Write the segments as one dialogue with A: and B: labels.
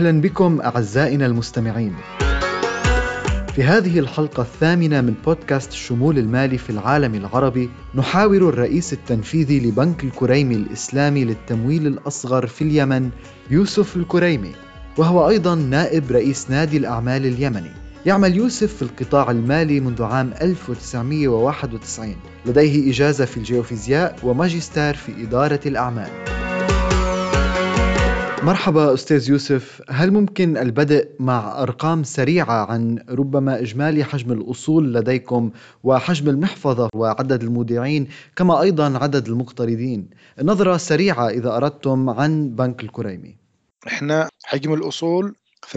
A: أهلا بكم أعزائنا المستمعين. في هذه الحلقة الثامنة من بودكاست الشمول المالي في العالم العربي، نحاور الرئيس التنفيذي لبنك الكريمي الإسلامي للتمويل الأصغر في اليمن يوسف الكريمي، وهو أيضا نائب رئيس نادي الأعمال اليمني. يعمل يوسف في القطاع المالي منذ عام 1991، لديه إجازة في الجيوفيزياء وماجستير في إدارة الأعمال. مرحبا أستاذ يوسف، هل ممكن البدء مع أرقام سريعة عن ربما إجمالي حجم الأصول لديكم وحجم المحفظة وعدد المودعين كما أيضا عدد المقترضين؟ نظرة سريعة إذا أردتم عن بنك الكريمي.
B: إحنا حجم الأصول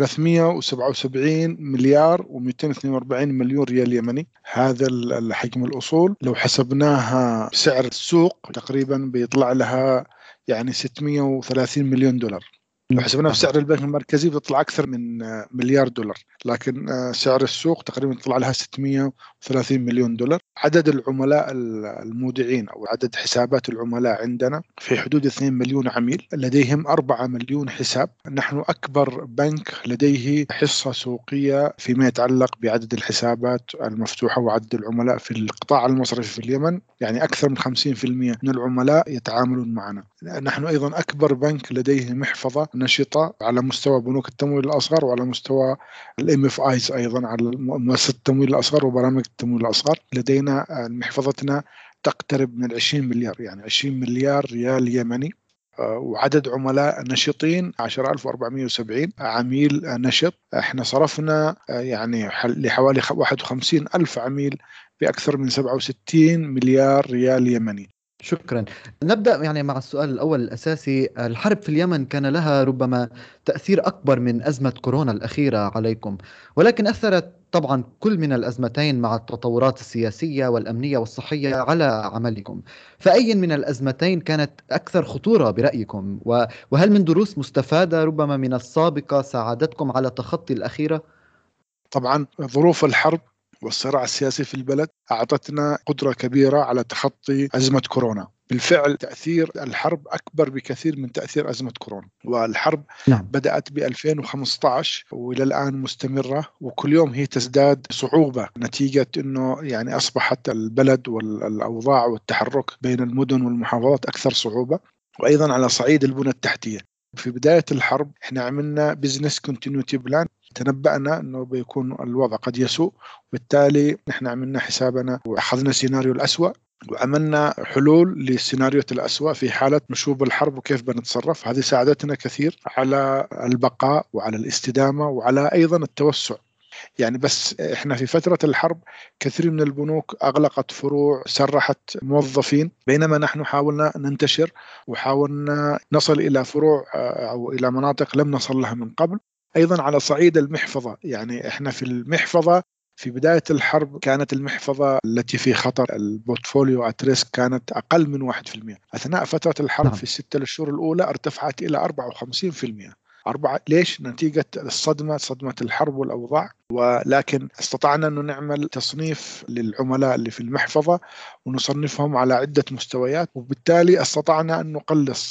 B: 377 مليار و242 مليون ريال يمني. هذا الحجم الأصول لو حسبناها بسعر السوق تقريبا بيطلع لها يعني 630 مليون دولار. لو حسبناها بسعر البنك المركزي بتطلع أكثر من مليار دولار، لكن سعر السوق تقريبا يطلع لها 630 مليون دولار. عدد العملاء المودعين أو عدد حسابات العملاء عندنا في حدود 2 مليون عميل، لديهم 4 مليون حساب. نحن أكبر بنك لديه حصة سوقية فيما يتعلق بعدد الحسابات المفتوحة وعدد العملاء في القطاع المصرفي في اليمن، يعني أكثر من 50% من العملاء يتعاملون معنا. نحن أيضا أكبر بنك لديه محفظة نشطة على مستوى بنوك التمويل الأصغر وعلى مستوى الMFIs، أيضا على مؤسسة التمويل الأصغر وبرامج التمويل الأصغر. لدينا محفظتنا تقترب من 20 مليار، يعني 20 مليار ريال يمني، وعدد عملاء نشطين 10,470 عميل نشط. احنا صرفنا يعني لحوالي 51 ألف عميل بأكثر من 67 مليار ريال يمني.
A: شكرا. نبدأ مع السؤال الأول الأساسي. الحرب في اليمن كان لها ربما تأثير أكبر من أزمة كورونا الأخيرة عليكم، ولكن أثرت طبعا كل من الأزمتين مع التطورات السياسية والأمنية والصحية على عملكم. فأي من الأزمتين كانت أكثر خطورة برأيكم؟ وهل من دروس مستفادة ربما من السابقة ساعدتكم على تخطي الأخيرة؟
B: طبعا ظروف الحرب والصراع السياسي في البلد أعطتنا قدرة كبيرة على تخطي أزمة كورونا. بالفعل تأثير الحرب أكبر بكثير من تأثير أزمة كورونا، والحرب بدأت ب2015 وإلى الآن مستمرة، وكل يوم هي تزداد صعوبة نتيجة أنه يعني أصبحت البلد والأوضاع والتحرك بين المدن والمحافظات أكثر صعوبة، وأيضا على صعيد البنى التحتية. في بداية الحرب احنا عملنا بزنس كونتينيوتي بلان، تنبأنا أنه بيكون الوضع قد يسوء، وبالتالي نحن عملنا حسابنا وأخذنا سيناريو الأسوأ وعملنا حلول للسيناريو الأسوأ في حالة نشوب الحرب وكيف بنتصرف. هذه ساعدتنا كثير على البقاء وعلى الاستدامة وعلى أيضا التوسع. يعني بس احنا في فترة الحرب كثير من البنوك أغلقت فروع، سرحت موظفين، بينما نحن حاولنا ننتشر وحاولنا نصل إلى فروع أو إلى مناطق لم نصل لها من قبل. أيضا على صعيد المحفظة، يعني احنا في المحفظة في بداية الحرب كانت المحفظة التي في خطر البورتفوليو ات ريسك كانت أقل من 1%. أثناء فترة الحرب في الستة الشهور الأولى ارتفعت إلى 54%. ليش؟ نتيجة صدمة الحرب والأوضاع. ولكن استطعنا أن نعمل تصنيف للعملاء اللي في المحفظة ونصنفهم على عدة مستويات، وبالتالي استطعنا أن نقلص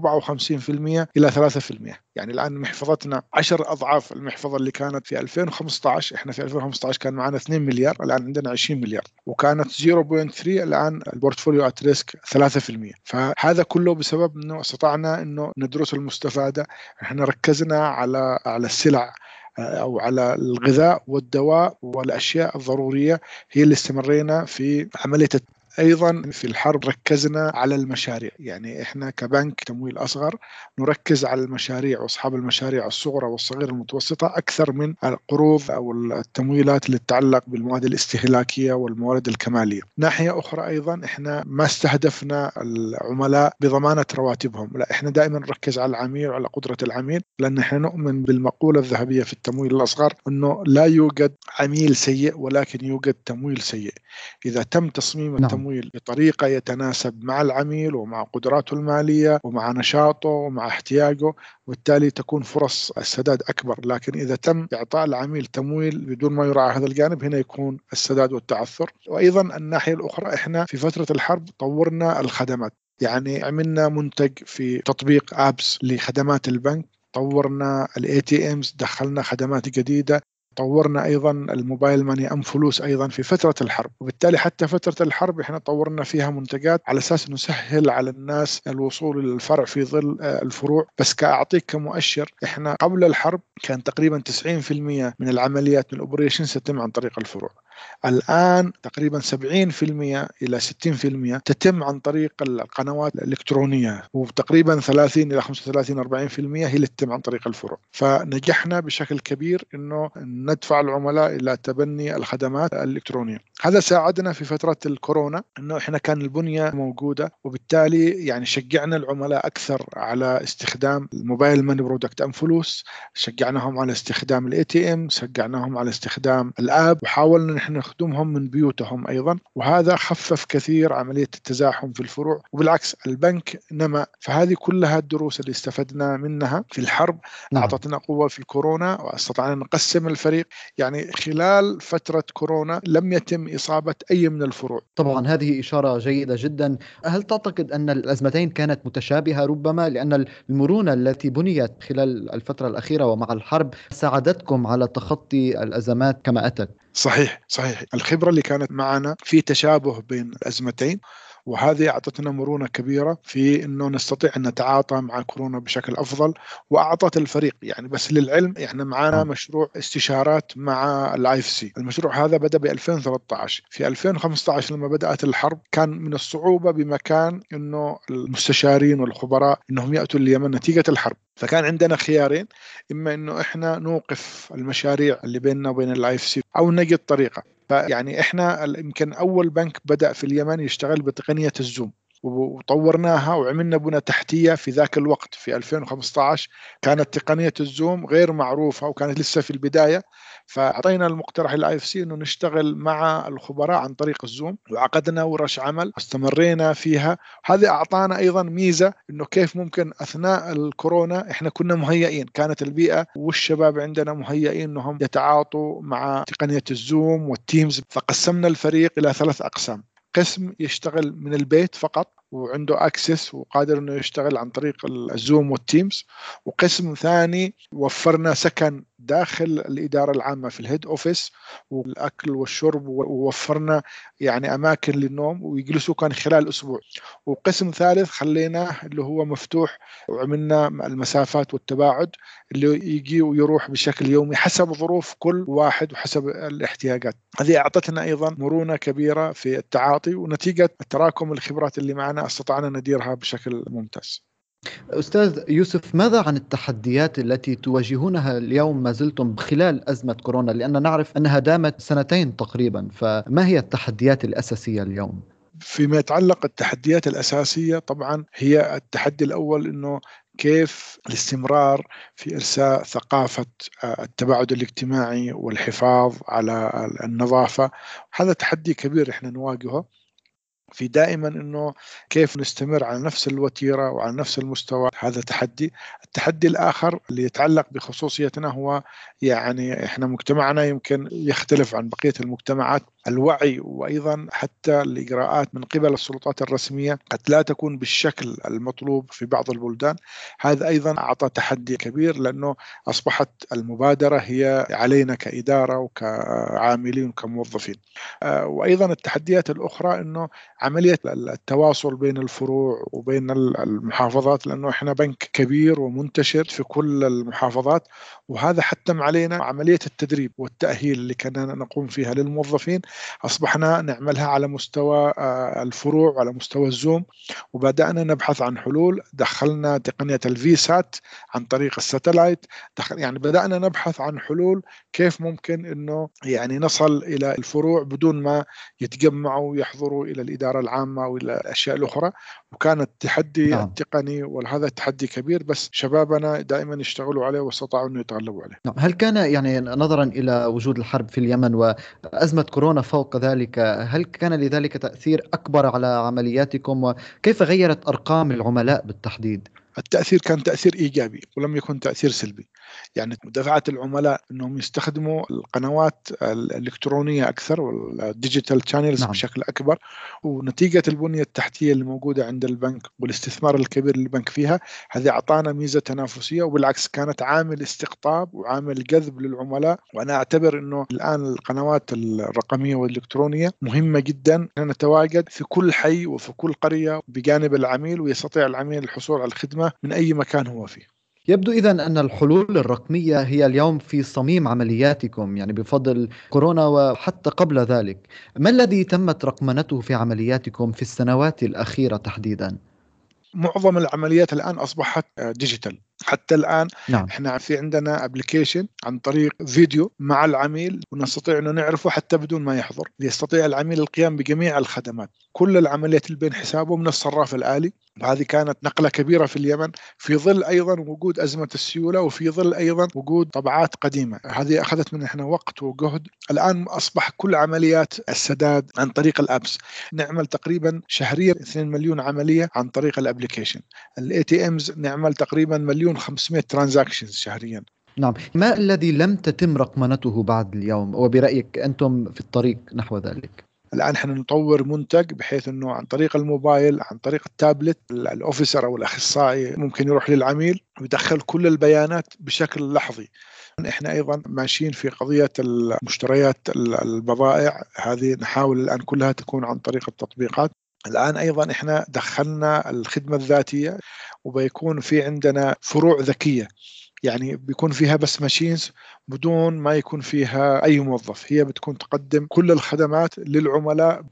B: 54% إلى 3%. يعني الآن محفظتنا 10 أضعاف المحفظة اللي كانت في 2015. إحنا في 2015 كان معنا 2 مليار، الآن عندنا 20 مليار، وكانت 0.3، الآن البورتفوليو ات ريسك 3%. فهذا كله بسبب أنه استطعنا أنه ندرس المستفادة. إحنا ركزنا على السلع أو على الغذاء والدواء والأشياء الضرورية، هي اللي استمرينا في عملية. أيضا في الحرب ركزنا على المشاريع، يعني إحنا كبنك تمويل أصغر نركز على المشاريع وأصحاب المشاريع الصغرى والصغيرة المتوسطة أكثر من القروض أو التمويلات اللي تتعلق بالمواد الاستهلاكية والموارد الكمالية. ناحية أخرى أيضا إحنا ما استهدفنا العملاء بضمانة رواتبهم، لا، إحنا دائما نركز على العميل وعلى قدرة العميل، لأن إحنا نؤمن بالمقولة الذهبية في التمويل الأصغر أنه لا يوجد عميل سيء ولكن يوجد تمويل سيء. إذا تم تصميم التمويل بطريقة يتناسب مع العميل ومع قدراته المالية ومع نشاطه ومع احتياجه، وبالتالي تكون فرص السداد أكبر. لكن إذا تم إعطاء العميل تمويل بدون ما يراعى هذا الجانب، هنا يكون السداد والتعثر. وأيضا الناحية الأخرى إحنا في فترة الحرب طورنا الخدمات، يعني عملنا منتج في تطبيق آبس لخدمات البنك طورنا ATMs، دخلنا خدمات جديدة، طورنا أيضا الموبايل ماني أم فلوس أيضا في فترة الحرب. وبالتالي حتى فترة الحرب إحنا طورنا فيها منتجات على أساس نسهل على الناس الوصول للفرع في ظل الفروع. بس كأعطيك كمؤشر، إحنا قبل الحرب كان تقريبا 90% من العمليات من الأوبريشن تتم عن طريق الفروع. الآن تقريبا 70% إلى 60% تتم عن طريق القنوات الإلكترونية، وتقريبا 30 إلى 35-40% هي اللي تتم عن طريق الفروع. فنجحنا بشكل كبير إنه ندفع العملاء إلى تبني الخدمات الإلكترونية. هذا ساعدنا في فترة الكورونا إنه إحنا كان البنية موجودة، وبالتالي يعني شجعنا العملاء أكثر على استخدام الموبايل ماني برودكت أم فلوس، شجعناهم على استخدام ATM، شجعناهم على استخدام الآب، وحاولنا نحن نخدمهم من بيوتهم أيضا. وهذا خفف كثير عملية التزاحم في الفروع، وبالعكس البنك نما. فهذه كلها الدروس اللي استفدنا منها في الحرب أعطتنا قوة في الكورونا، واستطعنا نقسم الفريق. يعني خلال فترة كورونا لم يتم إصابة أي من الفروع.
A: طبعا هذه إشارة جيدة جدا. هل تعتقد أن الأزمتين كانت متشابهة ربما، لأن المرونة التي بنيت خلال الفترة الأخيرة ومع الحرب ساعدتكم على تخطي الأزمات كما أتت؟
B: صحيح. الخبرة اللي كانت معنا في تشابه بين الأزمتين، وهذه أعطتنا مرونة كبيرة في أنه نستطيع أن نتعاطى مع كورونا بشكل أفضل، وأعطت الفريق يعني. بس للعلم إحنا معنا مشروع استشارات مع الIFC. المشروع هذا بدأ ب 2013. في 2015 لما بدأت الحرب كان من الصعوبة بمكان أنه المستشارين والخبراء أنهم يأتوا اليمن نتيجة الحرب. فكان عندنا خيارين: إما أنه إحنا نوقف المشاريع اللي بيننا وبين الIFC أو نجد طريقة. فيعني إحنا يمكن أول بنك بدأ في اليمن يشتغل بتقنية الزوم، وطورناها وعملنا بنى تحتية في ذاك الوقت. في 2015 كانت تقنية الزوم غير معروفة وكانت لسه في البداية، فأعطينا المقترح الIFC إنه نشتغل مع الخبراء عن طريق الزوم، وعقدنا ورش عمل واستمرينا فيها. هذا أعطانا أيضا ميزة إنه كيف ممكن أثناء الكورونا إحنا كنا مهيئين، كانت البيئة والشباب عندنا مهيئين إنهم يتعاطوا مع تقنية الزوم والتيمز. فقسمنا الفريق إلى 3 أقسام: قسم يشتغل من البيت فقط وعنده أكسس وقادر أنه يشتغل عن طريق الزوم والتيمز، وقسم ثاني وفرنا سكن داخل الإدارة العامة في الهيد أوفيس والأكل والشرب، ووفرنا يعني أماكن للنوم ويجلسوا كان خلال أسبوع. وقسم ثالث خليناه اللي هو مفتوح، وعملنا المسافات والتباعد اللي يجي ويروح بشكل يومي حسب ظروف كل واحد وحسب الاحتياجات. هذه أعطتنا أيضا مرونة كبيرة في التعاطي، ونتيجة تراكم الخبرات اللي معنا استطعنا نديرها بشكل ممتاز.
A: أستاذ يوسف، ماذا عن التحديات التي تواجهونها اليوم ما زلتم خلال أزمة كورونا؟ لأننا نعرف أنها دامت 2 تقريبا، فما هي التحديات الأساسية اليوم؟
B: فيما يتعلق التحديات الأساسية، طبعا هي التحدي الأول أنه كيف الاستمرار في إرساء ثقافة التباعد الاجتماعي والحفاظ على النظافة. هذا تحدي كبير إحنا نواجهه. في دائما أنه كيف نستمر على نفس الوتيرة وعلى نفس المستوى، هذا تحدي. التحدي الآخر اللي يتعلق بخصوصيتنا هو يعني إحنا مجتمعنا يمكن يختلف عن بقية المجتمعات. الوعي وأيضا حتى الإجراءات من قبل السلطات الرسمية قد لا تكون بالشكل المطلوب في بعض البلدان. هذا أيضا أعطى تحدي كبير، لأنه أصبحت المبادرة هي علينا كإدارة وكعاملين وكموظفين. وأيضا التحديات الأخرى أنه عملية التواصل بين الفروع وبين المحافظات، لأنه إحنا بنك كبير ومنتشر في كل المحافظات، وهذا حتم علينا عملية التدريب والتأهيل اللي كنا نقوم فيها للموظفين. أصبحنا نعملها على مستوى الفروع وعلى مستوى الزوم، وبدأنا نبحث عن حلول. دخلنا تقنية الفيسات عن طريق الساتلايت، يعني بدأنا نبحث عن حلول كيف ممكن أنه يعني نصل إلى الفروع بدون ما يتجمعوا ويحضروا إلى الإدارة العامة وإلى الأشياء الأخرى. وكان التحدي التقني وهذا تحدي كبير، بس شبابنا دائما يشتغلوا عليه واستطاعوا أن يتغلبوا عليه.
A: هل كان يعني نظرا إلى وجود الحرب في اليمن وأزمة كورونا فوق ذلك، هل كان لذلك تأثير أكبر على عملياتكم؟ وكيف غيرت أرقام العملاء بالتحديد؟
B: التأثير كان تأثير إيجابي ولم يكن تأثير سلبي. يعني دفعت العملاء أنهم يستخدموا القنوات الإلكترونية أكثر والديجيتال شانلز
A: نعم.
B: بشكل أكبر، ونتيجة البنية التحتية اللي موجودة عند البنك والاستثمار الكبير اللي البنك فيها، هذه أعطانا ميزة تنافسية، وبالعكس كانت عامل استقطاب وعامل جذب للعملاء. وأنا أعتبر أنه الآن القنوات الرقمية والإلكترونية مهمة جدا أن نتواجد في كل حي وفي كل قرية بجانب العميل، ويستطيع العميل الحصول على الخدمة من أي مكان هو فيه.
A: يبدو إذن أن الحلول الرقمية هي اليوم في صميم عملياتكم، يعني بفضل كورونا وحتى قبل ذلك. ما الذي تمت رقمنته في عملياتكم في السنوات الأخيرة تحديدا؟
B: معظم العمليات الآن أصبحت ديجيتال. حتى الآن
A: نعم.
B: احنا في عندنا ابلكيشن عن طريق فيديو مع العميل، ونستطيع أن نعرفه حتى بدون ما يحضر، ليستطيع العميل القيام بجميع الخدمات، كل العمليات اللي بين حسابه من الصراف الآلي. وهذه كانت نقلة كبيرة في اليمن، في ظل أيضا وجود أزمة السيولة، وفي ظل أيضا وجود طبعات قديمة. هذه أخذت من إحنا وقت وجهد. الآن أصبح كل عمليات السداد عن طريق الأبس. نعمل تقريبا شهريا 2 مليون عملية عن طريق الابلكيشن. الاي تي امز نعمل تقريبا 1,500,000 ترانزاكشنز شهريا.
A: نعم، ما الذي لم تتم رقمنته بعد اليوم وبرأيك أنتم في الطريق نحو ذلك؟
B: الآن احنا نطور منتج بحيث انه عن طريق الموبايل، عن طريق التابلت، الاوفيسر او الاخصائي ممكن يروح للعميل ويدخل كل البيانات بشكل لحظي. احنا ايضا ماشيين في قضية المشتريات البضائع، هذه نحاول الآن كلها تكون عن طريق التطبيقات. الآن أيضا إحنا دخلنا الخدمة الذاتية، وبيكون في عندنا فروع ذكية، يعني بيكون فيها بس ماشينز بدون ما يكون فيها أي موظف، هي بتكون تقدم كل الخدمات للعملاء.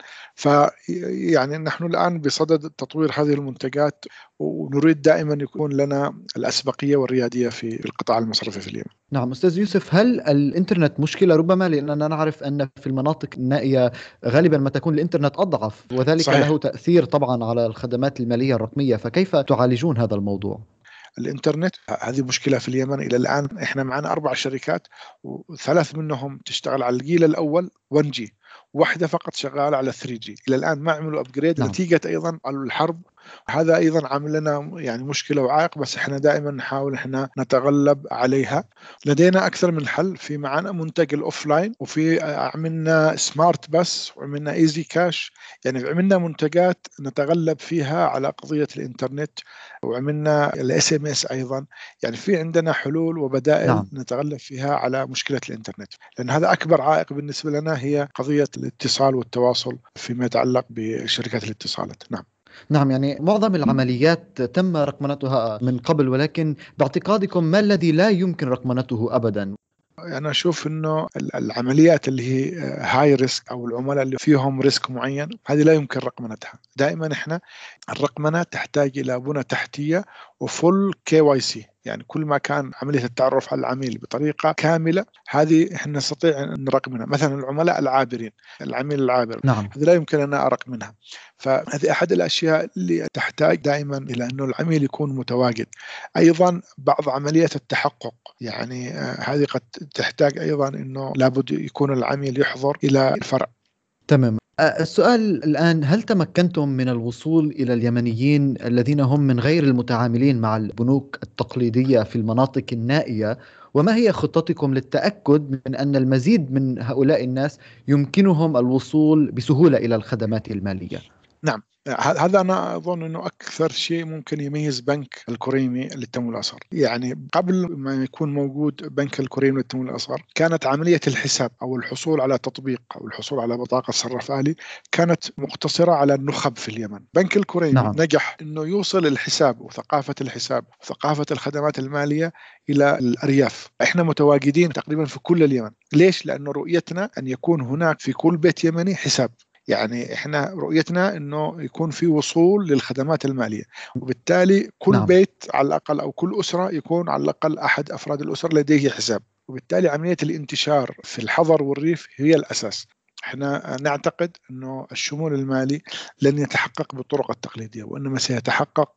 B: فيعني نحن الآن بصدد تطوير هذه المنتجات، ونريد دائما يكون لنا الأسبقية والريادية في القطاع المصرفي في اليمن.
A: نعم أستاذ يوسف، هل الإنترنت مشكلة؟ ربما لأننا نعرف أن في المناطق النائية غالبا ما تكون الإنترنت أضعف، وذلك
B: صحيح.
A: له تأثير طبعا على الخدمات المالية الرقمية، فكيف تعالجون هذا الموضوع؟
B: الإنترنت هذه مشكلة في اليمن إلى الآن. إحنا معنا 4 شركات، وثلاث منهم تشتغل على الجيل الأول 1G، واحدة فقط شغالة على 3G. إلى الآن ما عملوا أبجريد
A: نعم.
B: نتيجة أيضا الحرب. هذا أيضا عامل لنا يعني مشكلة وعائق، بس إحنا دائما نحاول إحنا نتغلب عليها. لدينا أكثر من حل، في معنا منتج الأوفلاين، وفي عملنا سمارت بس، وعملنا إيزي كاش. يعني عملنا منتجات نتغلب فيها على قضية الإنترنت، وعملنا الاس ام اس ايضا. يعني في عندنا حلول وبدائل
A: نعم.
B: نتغلب فيها على مشكله الانترنت، لان هذا اكبر عائق بالنسبه لنا هي قضيه الاتصال والتواصل فيما يتعلق بشركات الاتصالات. نعم.
A: نعم، يعني معظم العمليات تم رقمنتها من قبل، ولكن باعتقادكم ما الذي لا يمكن رقمنته أبدا؟
B: أنا أشوف إنه العمليات اللي هي هاي ريسك، أو العملاء اللي فيهم ريسك معين، هذه لا يمكن رقمنتها. دائما إحنا الرقمنة تحتاج إلى بنى تحتية وفول KYC، يعني كل ما كان عملية التعرف على العميل بطريقة كاملة، هذه إحنا نستطيع أن نرقمنها. مثلا العملاء العابرين، العميل العابر،
A: نعم.
B: هذه لا يمكن أن أرقمنها. فهذه أحد الأشياء اللي تحتاج دائما إلى أنه العميل يكون متواجد. أيضا بعض عمليات التحقق، يعني هذه قد تحتاج أيضا أنه لابد يكون العميل يحضر إلى الفرع.
A: تمام. السؤال الآن، هل تمكنتم من الوصول إلى اليمنيين الذين هم من غير المتعاملين مع البنوك التقليدية في المناطق النائية؟ وما هي خطتكم للتأكد من أن المزيد من هؤلاء الناس يمكنهم الوصول بسهولة إلى الخدمات المالية؟
B: نعم، هذا أنا أظن أنه أكثر شيء ممكن يميز بنك الكريمي للتمويل الأصغر. يعني قبل ما يكون موجود بنك الكريمي للتمويل الأصغر، كانت عملية الحساب أو الحصول على تطبيق أو الحصول على بطاقة صرف آلي كانت مقتصرة على النخب في اليمن. بنك الكريمي
A: نعم.
B: نجح أنه يوصل الحساب وثقافة الحساب وثقافة الخدمات المالية إلى الأرياف. إحنا متواجدين تقريبا في كل اليمن. ليش؟ لأنه رؤيتنا أن يكون هناك في كل بيت يمني حساب. يعني احنا رؤيتنا انه يكون في وصول للخدمات الماليه، وبالتالي كل
A: نعم.
B: بيت على الاقل او كل اسره يكون على الاقل احد افراد الاسره لديه حساب. وبالتالي عمليه الانتشار في الحضر والريف هي الاساس. احنا نعتقد انه الشمول المالي لن يتحقق بالطرق التقليديه، وانما سيتحقق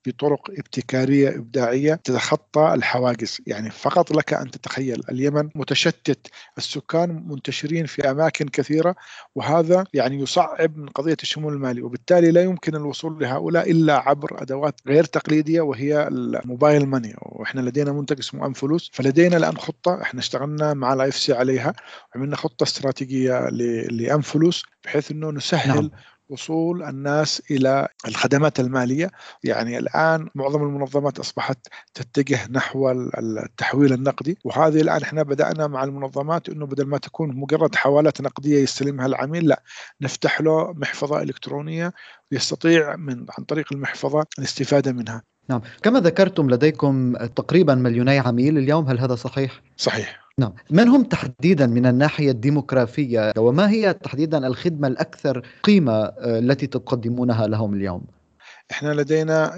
B: بطرق ابتكارية إبداعية تتخطى الحواجز. يعني فقط لك أن تتخيل اليمن متشتت، السكان منتشرين في أماكن كثيرة، وهذا يعني يصعب من قضية الشمول المالي، وبالتالي لا يمكن الوصول لهؤلاء إلا عبر أدوات غير تقليدية وهي الموبايل ماني. وإحنا لدينا منتج اسمه أنفلوس، فلدينا الآن خطة إحنا اشتغلنا مع الIFC عليها، عملنا خطة استراتيجية لأنفلوس بحيث أنه نسهل وصول الناس إلى الخدمات المالية. يعني الآن معظم المنظمات أصبحت تتجه نحو التحويل النقدي، وهذه الآن إحنا بدأنا مع المنظمات أنه بدل ما تكون مجرد حوالات نقدية يستلمها العميل، لا، نفتح له محفظة إلكترونية يستطيع عن طريق المحفظة الاستفادة منها.
A: نعم، كما ذكرتم لديكم تقريبا 2 مليون عميل اليوم، هل هذا صحيح؟
B: صحيح.
A: نعم، من هم تحديدا من الناحية الديموغرافية، وما هي تحديدا الخدمة الأكثر قيمة التي تقدمونها لهم اليوم؟
B: احنا لدينا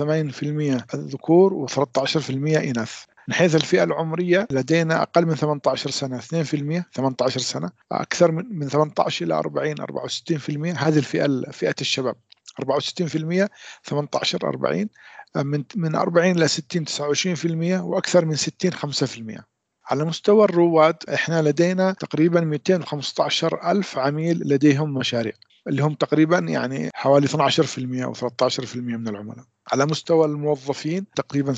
B: 87% الذكور و13% إناث. من حيث الفئة العمرية لدينا أقل من 18 سنة 2%، 18 سنة، أكثر من 18 إلى 40 64%. هذه فئة الشباب 64%، 18 40، من 40 إلى 60 29%، وأكثر من 60 5%. على مستوى الرواد احنا لدينا تقريبا 215 ألف عميل لديهم مشاريع، اللي هم تقريبا يعني حوالي 12% أو 13% من العملاء. على مستوى الموظفين تقريبا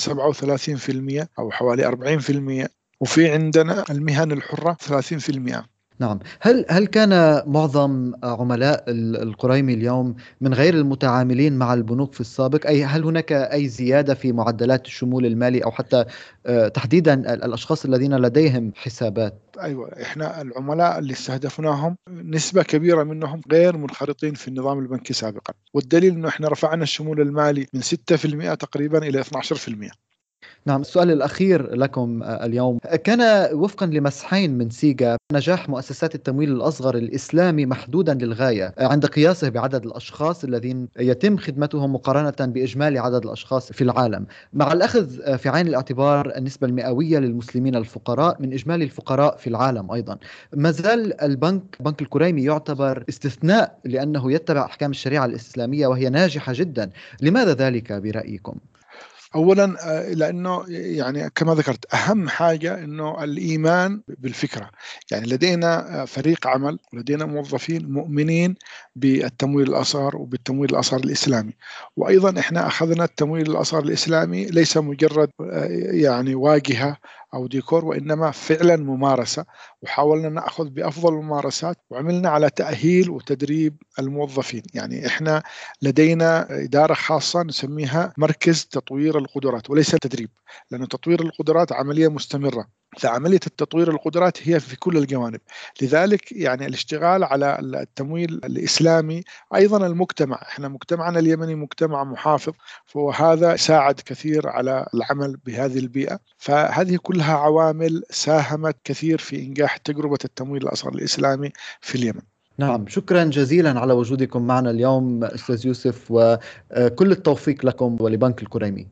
B: 37% أو حوالي 40%، وفي عندنا المهن الحرة 30%.
A: نعم، هل كان معظم عملاء القريمي اليوم من غير المتعاملين مع البنوك في السابق؟ أي هل هناك أي زيادة في معدلات الشمول المالي، أو حتى تحديدا الأشخاص الذين لديهم حسابات؟
B: أيوة، إحنا العملاء اللي استهدفناهم نسبة كبيرة منهم غير منخرطين في النظام البنكي سابقا، والدليل أنه إحنا رفعنا الشمول المالي من 6% تقريبا إلى 12%.
A: نعم، السؤال الأخير لكم اليوم، كان وفقا لمسحين من سيجا نجاح مؤسسات التمويل الأصغر الإسلامي محدودا للغاية عند قياسه بعدد الأشخاص الذين يتم خدمتهم مقارنة بإجمالي عدد الأشخاص في العالم، مع الأخذ في عين الاعتبار النسبة المئوية للمسلمين الفقراء من إجمالي الفقراء في العالم. أيضا ما زال بنك الكريمي يعتبر استثناء لأنه يتبع أحكام الشريعة الإسلامية وهي ناجحة جدا. لماذا ذلك برأيكم؟
B: أولا لأنه يعني كما ذكرت أهم حاجة أنه الإيمان بالفكرة. يعني لدينا فريق عمل ولدينا موظفين مؤمنين بالتمويل الأصغر وبالتمويل الأصغر الإسلامي. وأيضا إحنا أخذنا التمويل الأصغر الإسلامي ليس مجرد يعني واجهة أو ديكور، وإنما فعلا ممارسة، وحاولنا نأخذ بأفضل الممارسات وعملنا على تأهيل وتدريب الموظفين. يعني إحنا لدينا إدارة خاصة نسميها مركز تطوير القدرات وليس تدريب، لأن تطوير القدرات عملية مستمرة، فعملية التطوير القدرات هي في كل الجوانب. لذلك يعني الاشتغال على التمويل الإسلامي، أيضا المجتمع، إحنا مجتمعنا اليمني مجتمع محافظ، فهذا ساعد كثير على العمل بهذه البيئة. فهذه كلها عوامل ساهمت كثير في إنجاح تجربة التمويل الأصغر الإسلامي في اليمن.
A: نعم، شكرا جزيلا على وجودكم معنا اليوم أستاذ يوسف، وكل التوفيق لكم ولبنك الكريمي.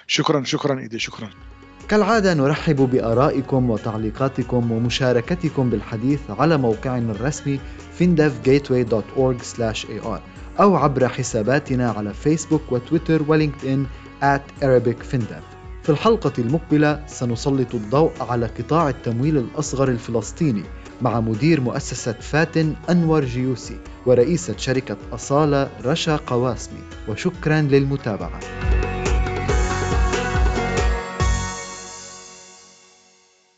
B: شكرا إيدي، شكرا.
A: كالعادة نرحب بآرائكم وتعليقاتكم ومشاركتكم بالحديث على موقعنا الرسمي findevgateway.org/ar أو عبر حساباتنا على فيسبوك وتويتر ولينكد إن @ArabicFindev. في الحلقة المقبلة سنسلط الضوء على قطاع التمويل الأصغر الفلسطيني مع مدير مؤسسة فاتن أنور جيوسي ورئيسة شركة أصالة رشا قواسمي، وشكرا للمتابعة.